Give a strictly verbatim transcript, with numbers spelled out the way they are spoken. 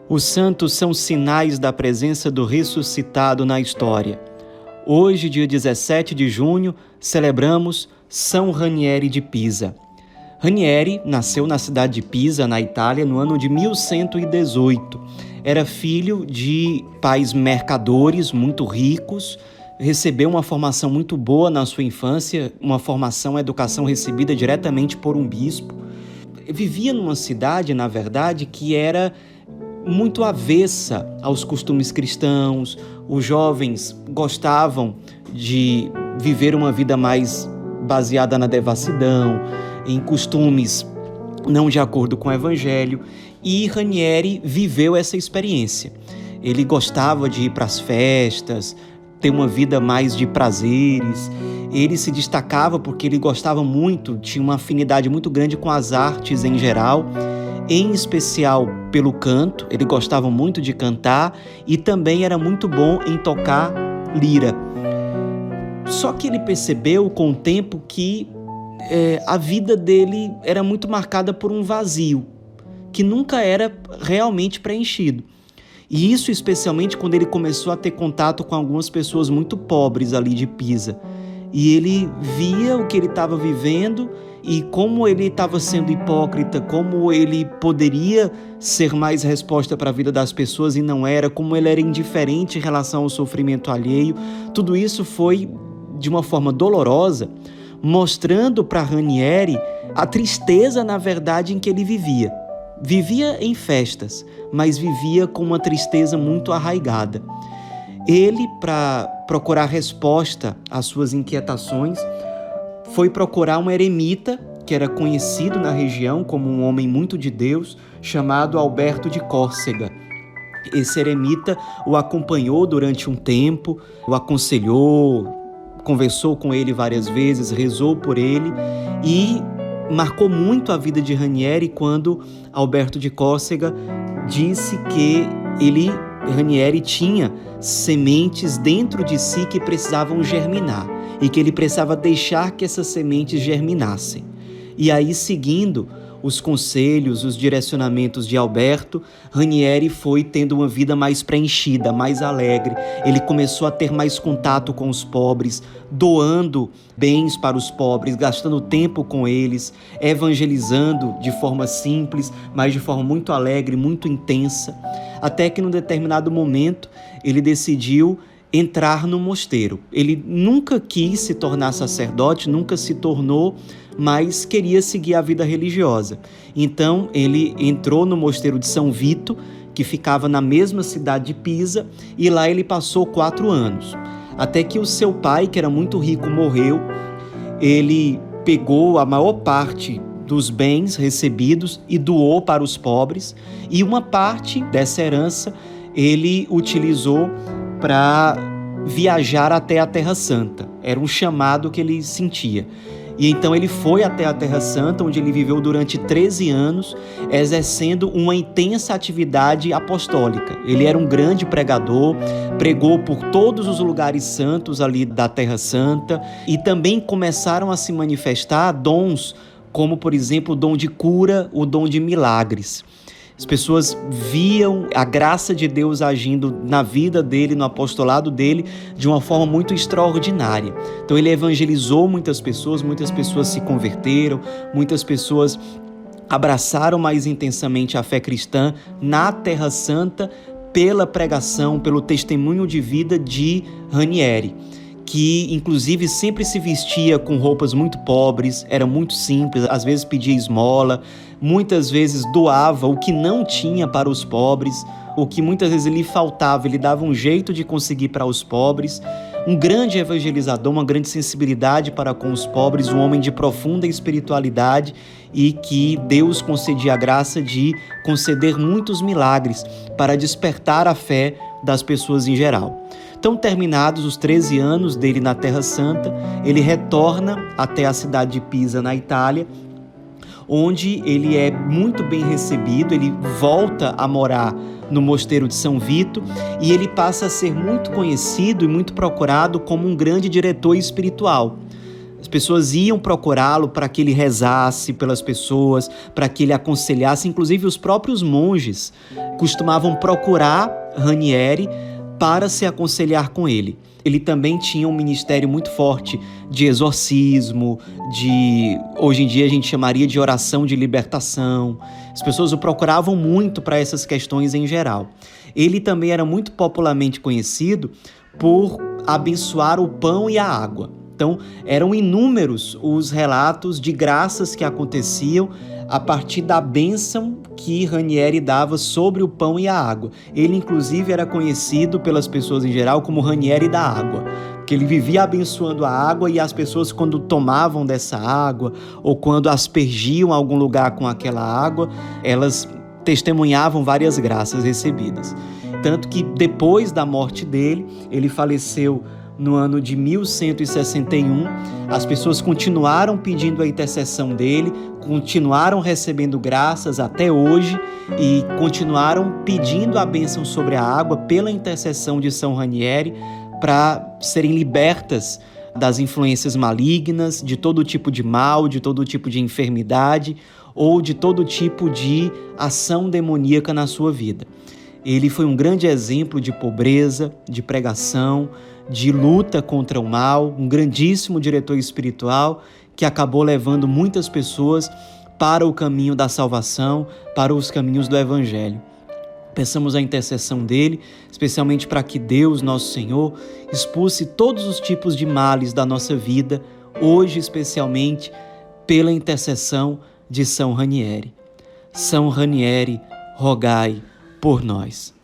Os santos são sinais da presença do ressuscitado na história. Hoje, dia dezessete de junho, celebramos São Ranieri de Pisa. Ranieri nasceu na cidade de Pisa, na Itália, no ano de mil cento e dezoito. Era filho de pais mercadores muito ricos, recebeu uma formação muito boa na sua infância, uma formação, uma educação recebida diretamente por um bispo. Vivia numa cidade, na verdade, que era muito avessa aos costumes cristãos. Os jovens gostavam de viver uma vida mais baseada na devassidão, em costumes não de acordo com o Evangelho, e Ranieri viveu essa experiência. Ele gostava de ir para as festas, ter uma vida mais de prazeres. Ele se destacava porque ele gostava muito, tinha uma afinidade muito grande com as artes em geral, em especial pelo canto. Ele gostava muito de cantar e também era muito bom em tocar lira. Só que ele percebeu com o tempo que é, a vida dele era muito marcada por um vazio, que nunca era realmente preenchido. E isso especialmente quando ele começou a ter contato com algumas pessoas muito pobres ali de Pisa. E ele via o que ele estava vivendo e como ele estava sendo hipócrita, como ele poderia ser mais resposta para a vida das pessoas e não era, como ele era indiferente em relação ao sofrimento alheio. Tudo isso foi de uma forma dolorosa, mostrando para Ranieri a tristeza, na verdade, em que ele vivia. Vivia em festas, mas vivia com uma tristeza muito arraigada. Ele, para procurar resposta às suas inquietações, foi procurar um eremita que era conhecido na região como um homem muito de Deus, chamado Alberto de Córcega. Esse eremita o acompanhou durante um tempo, o aconselhou, conversou com ele várias vezes, rezou por ele e marcou muito a vida de Ranieri quando Alberto de Córcega disse que ele, Ranieri, tinha sementes dentro de si que precisavam germinar e que ele precisava deixar que essas sementes germinassem. E aí, seguindo os conselhos, os direcionamentos de Alberto, Ranieri foi tendo uma vida mais preenchida, mais alegre. Ele começou a ter mais contato com os pobres, doando bens para os pobres, gastando tempo com eles, evangelizando de forma simples, mas de forma muito alegre, muito intensa. Até que, num determinado momento, ele decidiu entrar no mosteiro. Ele nunca quis se tornar sacerdote, nunca se tornou, mas queria seguir a vida religiosa. Então, ele entrou no mosteiro de São Vito, que ficava na mesma cidade de Pisa, e lá ele passou quatro anos. Até que o seu pai, que era muito rico, morreu. Ele pegou a maior parte dos bens recebidos e doou para os pobres, e uma parte dessa herança ele utilizou para viajar até a Terra Santa. Era um chamado que ele sentia. E então ele foi até a Terra Santa, onde ele viveu durante treze anos, exercendo uma intensa atividade apostólica. Ele era um grande pregador, pregou por todos os lugares santos ali da Terra Santa, e também começaram a se manifestar dons, como, por exemplo, o dom de cura, o dom de milagres. As pessoas viam a graça de Deus agindo na vida dele, no apostolado dele, de uma forma muito extraordinária. Então ele evangelizou muitas pessoas, muitas pessoas se converteram, muitas pessoas abraçaram mais intensamente a fé cristã na Terra Santa pela pregação, pelo testemunho de vida de Ranieri, que inclusive sempre se vestia com roupas muito pobres, era muito simples, às vezes pedia esmola, muitas vezes doava o que não tinha para os pobres, o que muitas vezes lhe faltava, ele dava um jeito de conseguir para os pobres. Um grande evangelizador, uma grande sensibilidade para com os pobres, um homem de profunda espiritualidade e que Deus concedia a graça de conceder muitos milagres para despertar a fé das pessoas em geral. Então, terminados os treze anos dele na Terra Santa, ele retorna até a cidade de Pisa, na Itália, onde ele é muito bem recebido. Ele volta a morar no mosteiro de São Vito e ele passa a ser muito conhecido e muito procurado como um grande diretor espiritual. As pessoas iam procurá-lo para que ele rezasse pelas pessoas, para que ele aconselhasse. Inclusive, os próprios monges costumavam procurar Ranieri para se aconselhar com ele. Ele também tinha um ministério muito forte de exorcismo, de, hoje em dia a gente chamaria de oração de libertação. As pessoas o procuravam muito para essas questões em geral. Ele também era muito popularmente conhecido por abençoar o pão e a água. Então, eram inúmeros os relatos de graças que aconteciam a partir da bênção que Ranieri dava sobre o pão e a água. Ele, inclusive, era conhecido pelas pessoas em geral como Ranieri da água, porque ele vivia abençoando a água e as pessoas, quando tomavam dessa água ou quando aspergiam algum lugar com aquela água, elas testemunhavam várias graças recebidas. Tanto que, depois da morte dele, ele faleceu no ano de mil cento e sessenta e um, as pessoas continuaram pedindo a intercessão dele, continuaram recebendo graças até hoje e continuaram pedindo a bênção sobre a água pela intercessão de São Ranieri para serem libertas das influências malignas, de todo tipo de mal, de todo tipo de enfermidade ou de todo tipo de ação demoníaca na sua vida. Ele foi um grande exemplo de pobreza, de pregação, de luta contra o mal, um grandíssimo diretor espiritual que acabou levando muitas pessoas para o caminho da salvação, para os caminhos do Evangelho. Peçamos a intercessão dele, especialmente para que Deus, nosso Senhor, expulse todos os tipos de males da nossa vida, hoje especialmente pela intercessão de São Ranieri. São Ranieri, rogai por nós.